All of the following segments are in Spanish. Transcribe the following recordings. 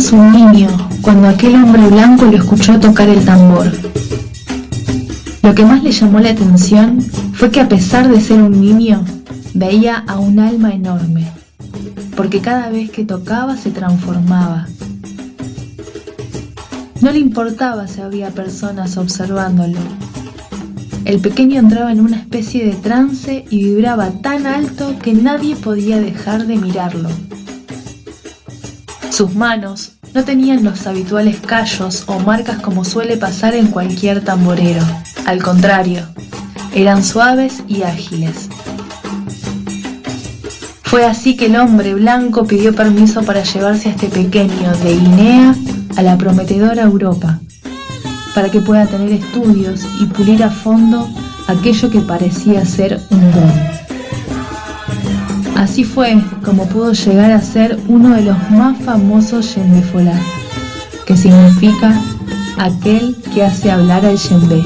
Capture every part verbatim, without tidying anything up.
apenas un niño cuando aquel hombre blanco lo escuchó tocar el tambor. Lo que más le llamó la atención fue que, a pesar de ser un niño, veía a un alma enorme, porque cada vez que tocaba se transformaba. No le importaba si había personas observándolo. El pequeño entraba en una especie de trance y vibraba tan alto que nadie podía dejar de mirarlo. Sus manos no tenían los habituales callos o marcas como suele pasar en cualquier tamborero. Al contrario, eran suaves y ágiles. Fue así que el hombre blanco pidió permiso para llevarse a este pequeño de Guinea a la prometedora Europa, para que pueda tener estudios y pulir a fondo aquello que parecía ser un don. Así fue como pudo llegar a ser uno de los más famosos Yembe-Fola, que significa aquel que hace hablar al Yembe.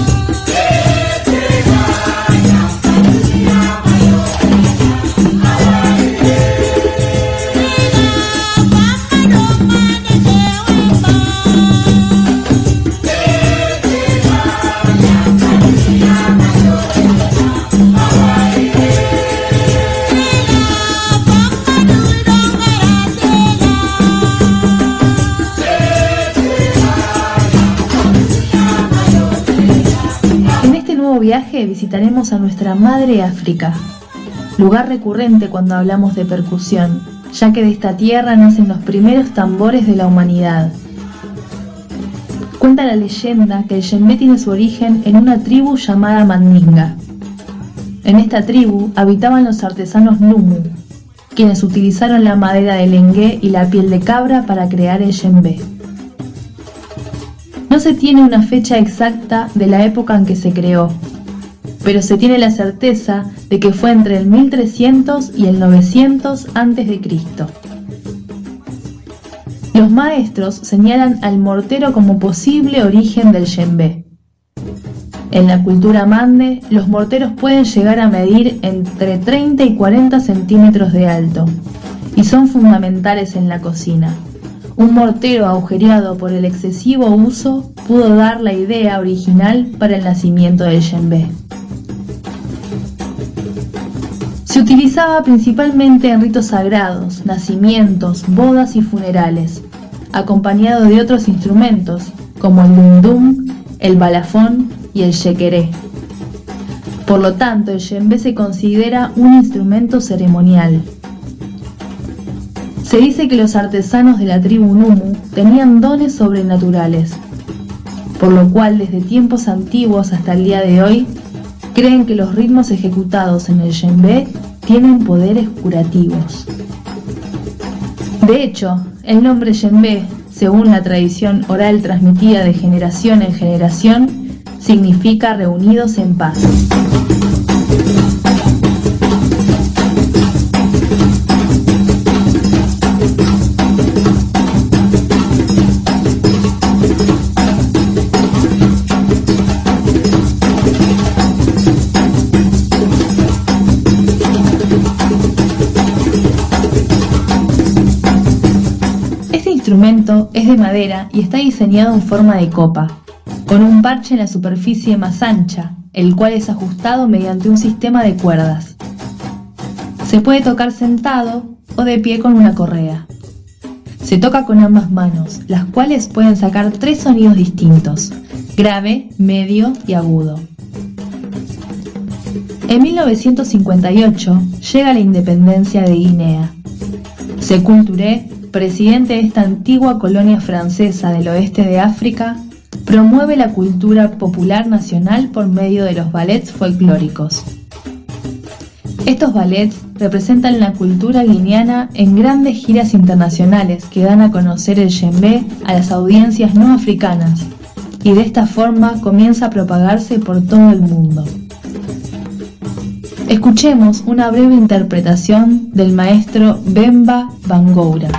Viaje visitaremos a nuestra madre África, lugar recurrente cuando hablamos de percusión, ya que de esta tierra nacen los primeros tambores de la humanidad. Cuenta la leyenda que el Yembe tiene su origen en una tribu llamada Mandinga. En esta tribu habitaban los artesanos Numu, quienes utilizaron la madera del lengué y la piel de cabra para crear el Yembe. No se tiene una fecha exacta de la época en que se creó, pero se tiene la certeza de que fue entre el mil trescientos y el novecientos antes de Cristo. Los maestros señalan al mortero como posible origen del Yembe. En la cultura mande, los morteros pueden llegar a medir entre treinta y cuarenta centímetros de alto y son fundamentales en la cocina. Un mortero agujereado por el excesivo uso pudo dar la idea original para el nacimiento del Yembe. Se utilizaba principalmente en ritos sagrados, nacimientos, bodas y funerales, acompañado de otros instrumentos como el dum-dum, el balafón y el yequeré. Por lo tanto, el Yembe se considera un instrumento ceremonial. Se dice que los artesanos de la tribu Numu tenían dones sobrenaturales, por lo cual desde tiempos antiguos hasta el día de hoy creen que los ritmos ejecutados en el Yembe tienen poderes curativos. De hecho, el nombre Yembe, según la tradición oral transmitida de generación en generación, significa reunidos en paz. Este instrumento es de madera y está diseñado en forma de copa, con un parche en la superficie más ancha, el cual es ajustado mediante un sistema de cuerdas. Se puede tocar sentado o de pie con una correa. Se toca con ambas manos, las cuales pueden sacar tres sonidos distintos: grave, medio y agudo. En mil novecientos cincuenta y ocho llega la independencia de Guinea. Sékou Touré, presidente de esta antigua colonia francesa del oeste de África, promueve la cultura popular nacional por medio de los ballets folclóricos. Estos ballets representan la cultura guineana en grandes giras internacionales que dan a conocer el Yembe a las audiencias no africanas, y de esta forma comienza a propagarse por todo el mundo. Escuchemos una breve interpretación del maestro Bemba Bangoura.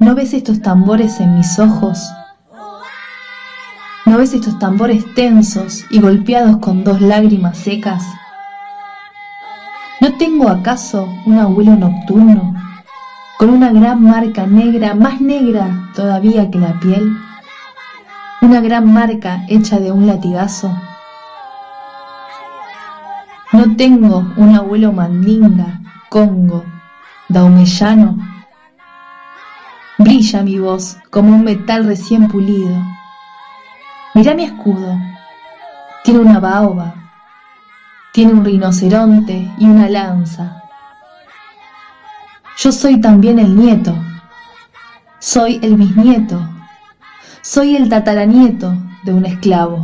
¿No ves estos tambores en mis ojos? ¿No ves estos tambores tensos y golpeados con dos lágrimas secas? ¿No tengo acaso un abuelo nocturno, con una gran marca negra, más negra todavía que la piel? Una gran marca hecha de un latigazo. ¿No tengo un abuelo mandinga, congo, daumellano? Brilla mi voz como un metal recién pulido. Mirá mi escudo, tiene una baoba, tiene un rinoceronte y una lanza. Yo soy también el nieto, soy el bisnieto, soy el tataranieto de un esclavo.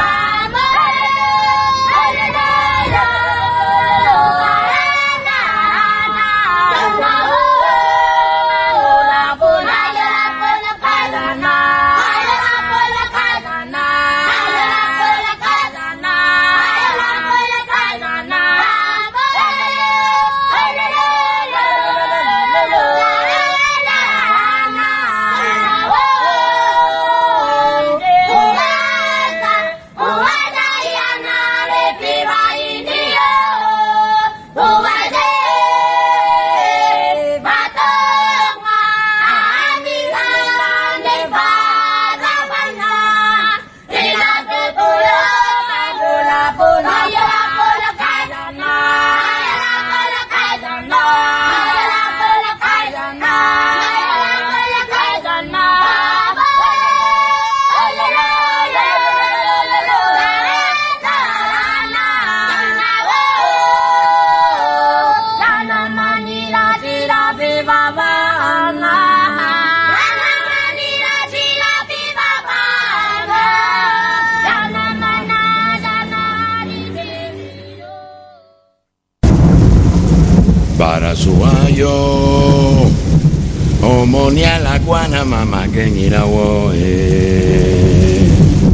Barasuayo Omonia la guana mama kenirawo eh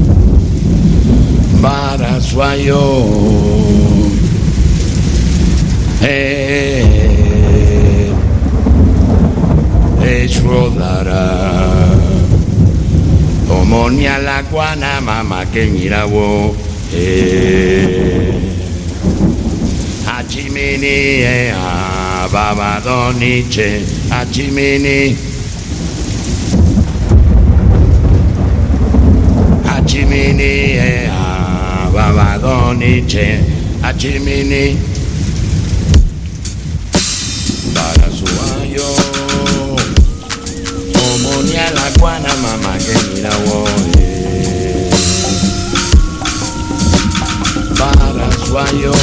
Barasuayo eh Eshrodara Omonia la guana mama kenirawo eh Achimini eh Baba Doniche, Achimini, Achimini, eh, Baba Doniche, Achimini, Barasuayo, Omonia la guana mama que mira woe, Barasuayo.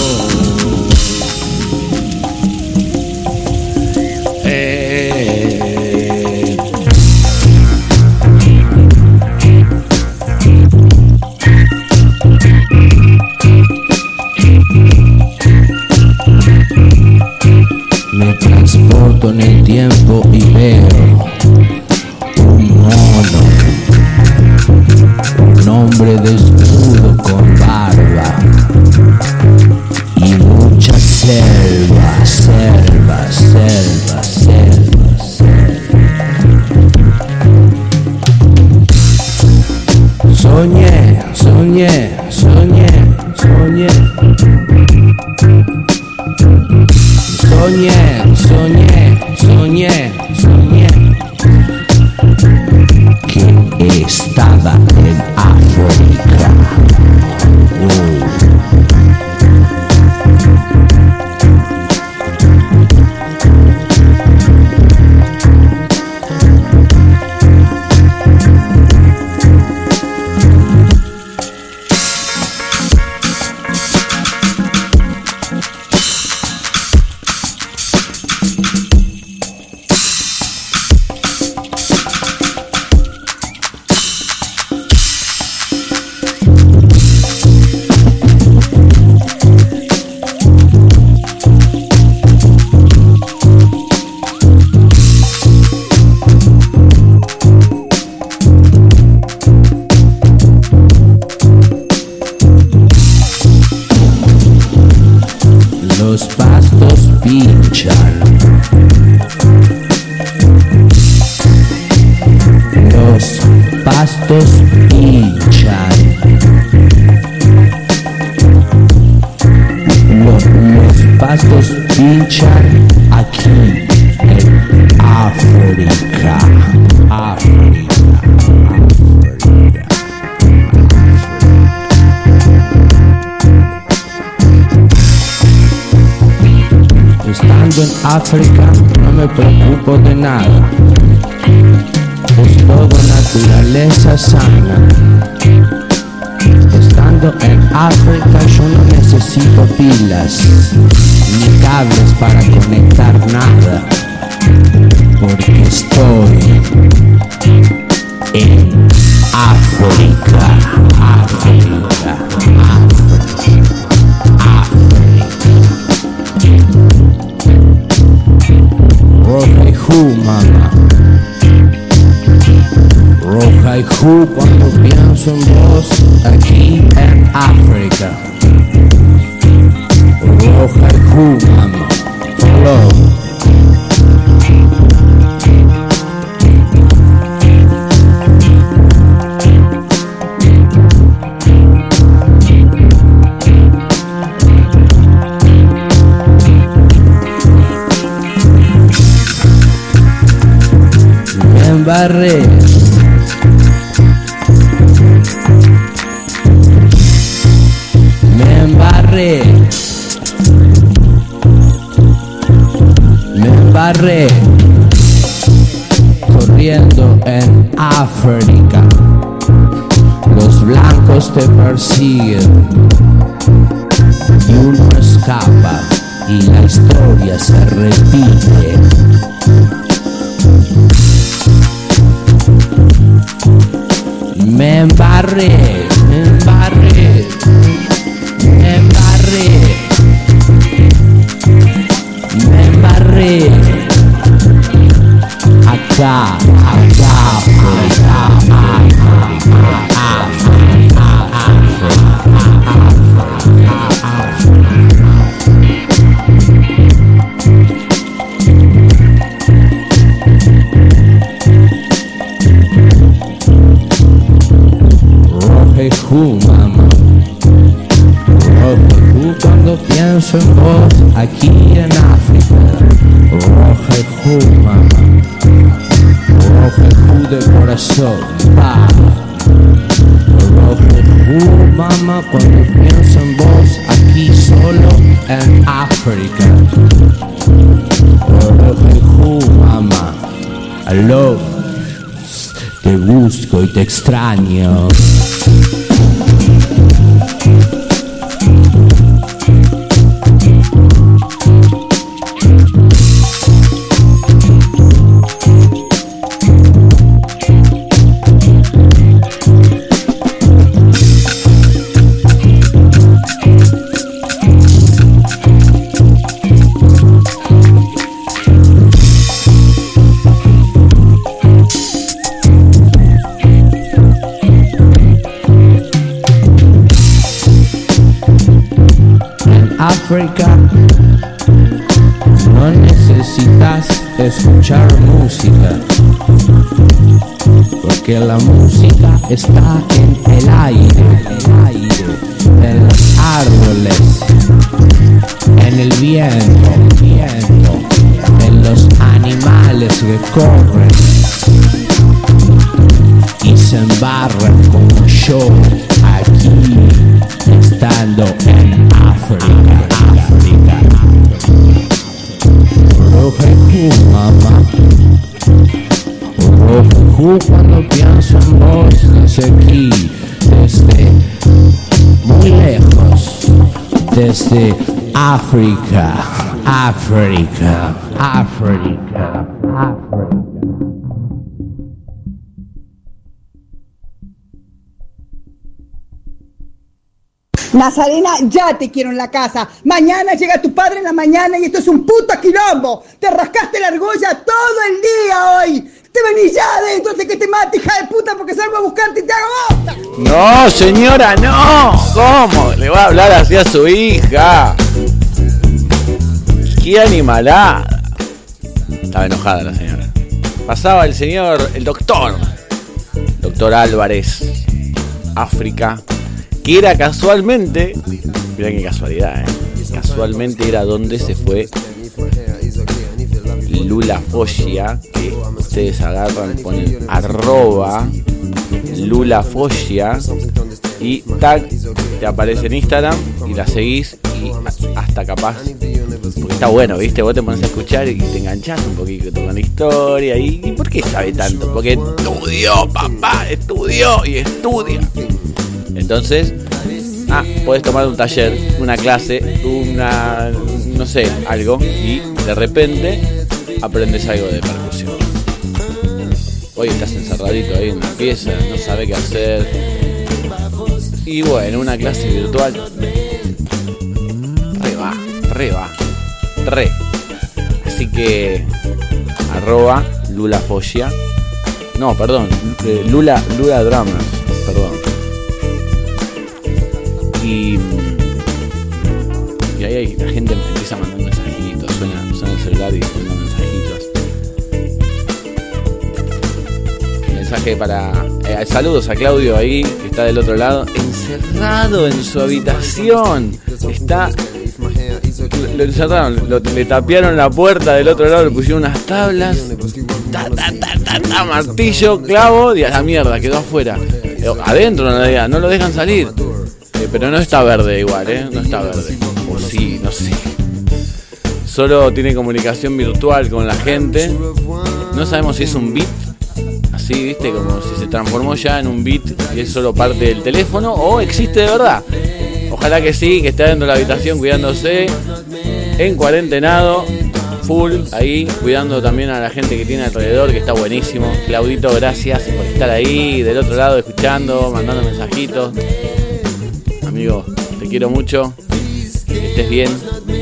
Me transporto en el tiempo y veo un mono, un hombre desnudo con barba y mucha selva, selva, selva, selva, selva. Soñé, soñé, soñé, soñé. Soñé, soñé, soñé, soñé que estaba en África. Oh. pastos pinchan. Los, los pastos pinchan aquí en África. África. Estando en África no me preocupo de nada. Es todo naturaleza sana. Estando en África yo no necesito pilas ni cables para conectar nada, porque estoy en África. África. Roja y Ju, mamá. Roja y Ju cuando pienso en vos aquí en África. Roja y Ju, mamá. Hello. Me embarré. Me embarré. Me embarré. Corriendo en África. Los blancos te persiguen. Y uno escapa. Y la historia se repite. Me embarré, me embarré, me embarré, me embarré. Acá, acá, acá, Ju, mamá. Roja y Ju cuando pienso en vos aquí en África. Roja y Ju, mamá. Roja y Ju de corazón, pa. Roja y Ju, mamá, cuando pienso en vos aquí solo en África. Roja y Ju, mamá. Aló, te busco y te extraño. África no necesitas escuchar música, porque la música está en el aire, el aire, en los árboles, en el viento, el viento, en los animales que corren y se embarran como yo aquí, estando en África, África. Roja y Ju, mamá. Roja y Ju cuando pienso en vos desde aquí, desde muy lejos, desde África, África, África, África. Nazarena, ya te quiero en la casa. Mañana llega tu padre en la mañana y esto es un puto quilombo. Te rascaste la argolla todo el día hoy. Te venís ya adentro de que te mate, hija de puta, porque salgo a buscarte y te hago bosta. No, señora, no. ¿Cómo? Le va a hablar así a su hija. Qué animalada. Estaba enojada la señora. Pasaba el señor, el doctor. Doctor Héctor Álvarez, África, que era casualmente, mirá qué casualidad, ¿eh? Casualmente era donde se fue Lula Foggia, que ustedes agarran, ponen arroba Lula Foggia y tag, te aparece en Instagram y la seguís y hasta capaz, porque está bueno, ¿viste? Vos te pones a escuchar y te enganchás un poquito con la historia. ¿Y, ¿y por qué sabe tanto? Porque estudió, papá, estudió y estudia. Entonces, ah, podés tomar un taller, una clase, una, no sé, algo, y de repente aprendes algo de percusión. Hoy estás encerradito ahí en la pieza, no sabes qué hacer. Y bueno, una clase virtual, re va, re va, re. Así que, arroba Lula Foggia. No, perdón, Lula, Lula Drama, perdón. Y, y ahí hay, la gente empieza a mandar mensajitos, suena, suena el celular y manda mensajitos. Mensaje para... Eh, saludos a Claudio ahí, que está del otro lado, encerrado en su habitación. Está... Lo encerraron, lo, le tapiaron la puerta del otro lado, le pusieron unas tablas, ta, ta, ta, ta, ta, martillo, clavo, y a la mierda, quedó afuera. Eh, adentro en realidad, no lo dejan salir. Eh, pero no está verde igual, ¿eh? No está verde. O sí, no sé. Solo tiene comunicación virtual con la gente. No sabemos si es un beat. Así, ¿viste? Como si se transformó ya en un beat y es solo parte del teléfono. O existe de verdad. Ojalá que sí, que esté dentro de la habitación cuidándose. En cuarentenado. Full, ahí, cuidando también a la gente que tiene alrededor, que está buenísimo. Claudito, gracias por estar ahí, del otro lado, escuchando, mandando mensajitos. Amigo, te quiero mucho, que estés bien.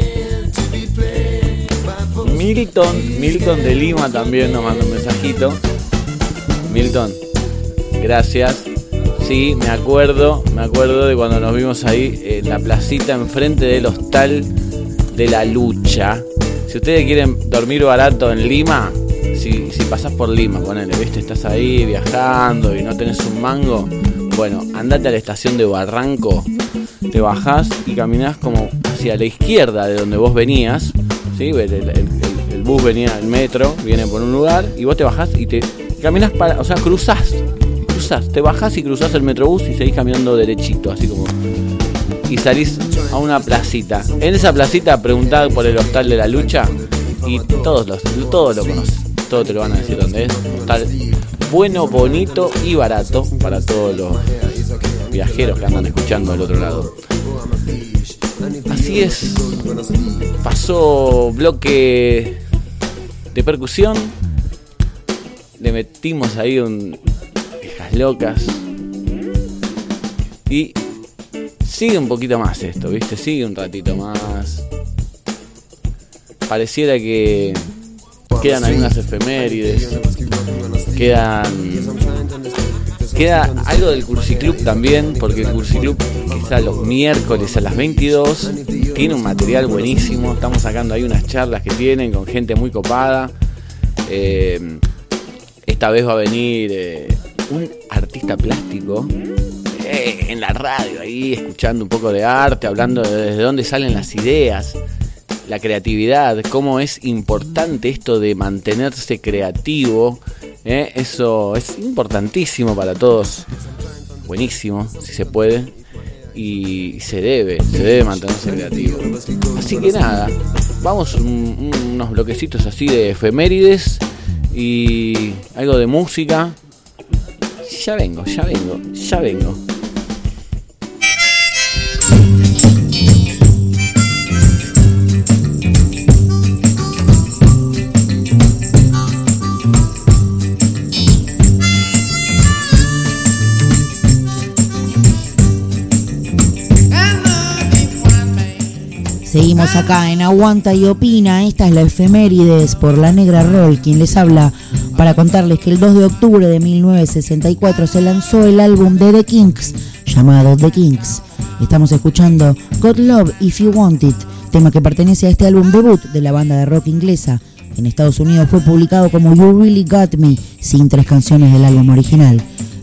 Milton, Milton de Lima también nos manda un mensajito. Milton, gracias. Sí, me acuerdo, me acuerdo de cuando nos vimos ahí en la placita enfrente del hostal de La Lucha. Si ustedes quieren dormir barato en Lima, si, si pasás por Lima, ponele, ¿viste? Estás ahí viajando y no tenés un mango. Bueno, andate a la estación de Barranco, te bajás y caminás como hacia la izquierda de donde vos venías, ¿sí? El, el, el, el bus venía, el metro, viene por un lugar y vos te bajás y te caminás para, o sea, cruzás, cruzás, te bajás y cruzás el metrobús y seguís caminando derechito, así como, y salís a una placita. En esa placita preguntad por el hostal de La Lucha y todos los, todos lo conocen, todos te lo van a decir dónde es. Hostal bueno, bonito y barato para todos los viajeros que andan escuchando del otro lado. Así es, pasó bloque de percusión, le metimos ahí un hijas locas y sigue un poquito más esto, ¿viste? Sigue un ratito más. Pareciera que quedan algunas efemérides, quedan queda algo del Cursiclub también, porque el Cursiclub, que está los miércoles a las veintidós, tiene un material buenísimo. Estamos sacando ahí unas charlas que tienen con gente muy copada. Eh, esta vez va a venir eh, un artista plástico eh, en la radio, ahí escuchando un poco de arte, hablando de desde dónde salen las ideas, la creatividad, cómo es importante esto de mantenerse creativo. Eh, eso es importantísimo para todos. Buenísimo, si se puede. Y se debe, se debe mantenerse creativo. Así que nada, vamos un, unos bloquecitos así de efemérides y algo de música. Ya vengo, ya vengo, ya vengo. Seguimos acá en Aguanta y Opina. Esta es la efemérides por la Negra Roll, quien les habla, para contarles que el dos de octubre de mil novecientos sesenta y cuatro se lanzó el álbum de The Kinks, llamado The Kinks. Estamos escuchando God Love If You Want It, tema que pertenece a este álbum debut de la banda de rock inglesa. En Estados Unidos fue publicado como You Really Got Me, sin tres canciones del álbum original.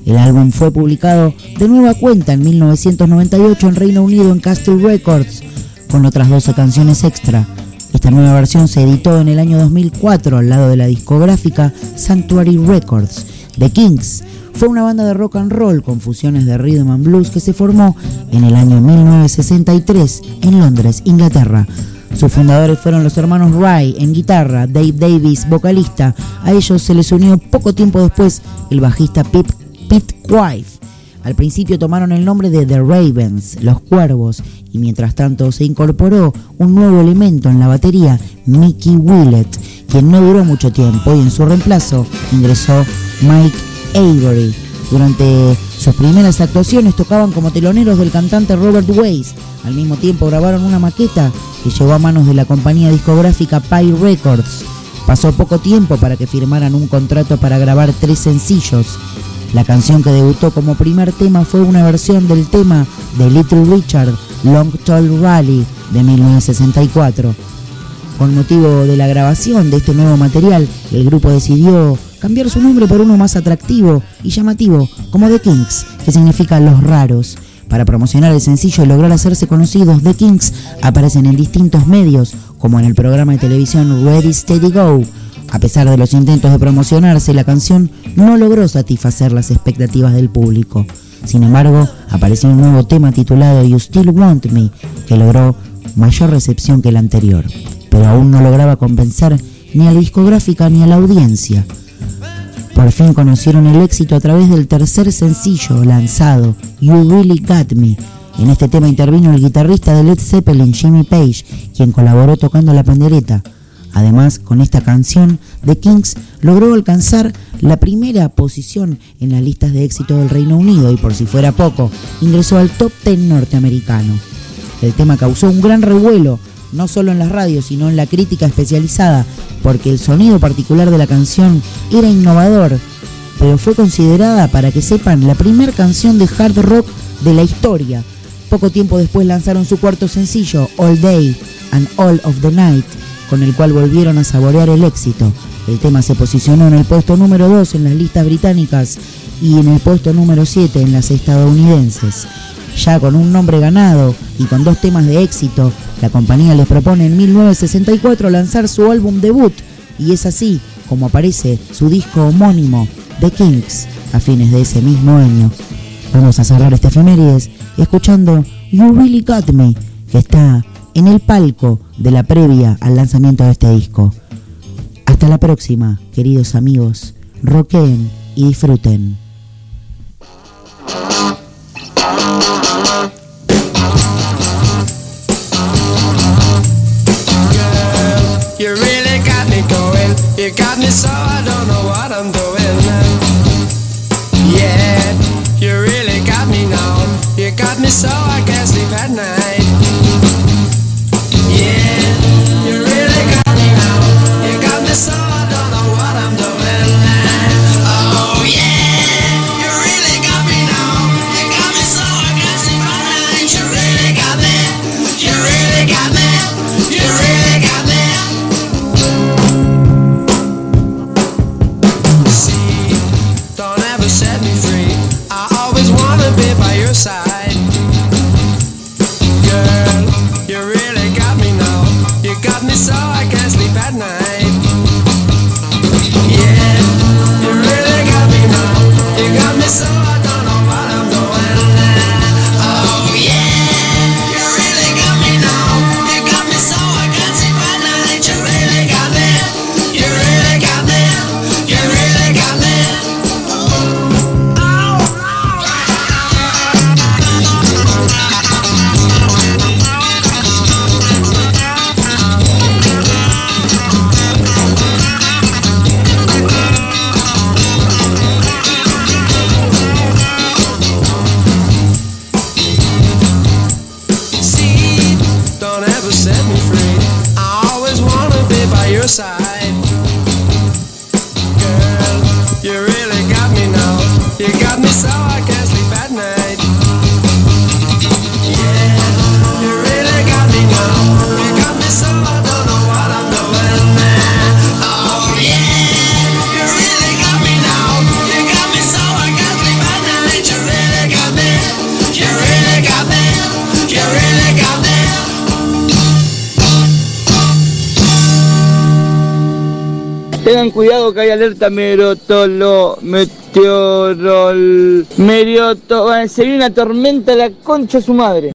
El álbum fue publicado de nueva cuenta en mil novecientos noventa y ocho en Reino Unido en Castle Records, con otras doce canciones extra. Esta nueva versión se editó en el año dos mil cuatro al lado de la discográfica Sanctuary Records. The Kinks fue una banda de rock and roll con fusiones de rhythm and blues que se formó en el año mil novecientos sesenta y tres en Londres, Inglaterra. Sus fundadores fueron los hermanos Ray en guitarra, Dave Davis vocalista. A ellos se les unió poco tiempo después el bajista Pete, Pete Quaife. Al principio tomaron el nombre de The Ravens, los Cuervos, y mientras tanto se incorporó un nuevo elemento en la batería, Mickey Willett, quien no duró mucho tiempo, y en su reemplazo ingresó Mike Avery. Durante sus primeras actuaciones tocaban como teloneros del cantante Robert Weiss. Al mismo tiempo grabaron una maqueta que llegó a manos de la compañía discográfica Pye Records. Pasó poco tiempo para que firmaran un contrato para grabar tres sencillos. La canción que debutó como primer tema fue una versión del tema de Little Richard, Long Tall Rally, de mil novecientos sesenta y cuatro. Con motivo de la grabación de este nuevo material, el grupo decidió cambiar su nombre por uno más atractivo y llamativo, como The Kinks, que significa los raros. Para promocionar el sencillo y lograr hacerse conocidos, The Kinks aparecen en distintos medios, como en el programa de televisión Ready Steady Go. A pesar de los intentos de promocionarse, la canción no logró satisfacer las expectativas del público. Sin embargo, apareció un nuevo tema titulado You Still Want Me, que logró mayor recepción que el anterior, pero aún no lograba convencer ni a la discográfica ni a la audiencia. Por fin conocieron el éxito a través del tercer sencillo lanzado, You Really Got Me. En este tema intervino el guitarrista de Led Zeppelin, Jimmy Page, quien colaboró tocando la pandereta. Además, con esta canción, The Kinks logró alcanzar la primera posición en las listas de éxito del Reino Unido y, por si fuera poco, ingresó al top diez norteamericano. El tema causó un gran revuelo, no solo en las radios, sino en la crítica especializada, porque el sonido particular de la canción era innovador, pero fue considerada, para que sepan, la primera canción de hard rock de la historia. Poco tiempo después lanzaron su cuarto sencillo, All Day and All of the Night, con el cual volvieron a saborear el éxito. El tema se posicionó en el puesto número dos en las listas británicas y en el puesto número siete en las estadounidenses. Ya con un nombre ganado y con dos temas de éxito, la compañía les propone en mil novecientos sesenta y cuatro lanzar su álbum debut, y es así como aparece su disco homónimo, The Kinks, a fines de ese mismo año. Vamos a cerrar este efemérides escuchando You Really Got Me, que está en el palco de la previa al lanzamiento de este disco. Hasta la próxima, queridos amigos. Rockeen y disfruten. You really got me going. You got me so I don't know what I'm doing. Yeah, you really got me now. You got me so I can't sleep at night. Yeah, you really got me now. You got me so I don't know what I'm doing. Oh yeah, you really got me now. You got me so I can't sleep at night. You really got me. You really got me. You really got me. Tengan cuidado que hay alerta meteorolo, meteorol, merioto, se viene una tormenta, la concha de su madre.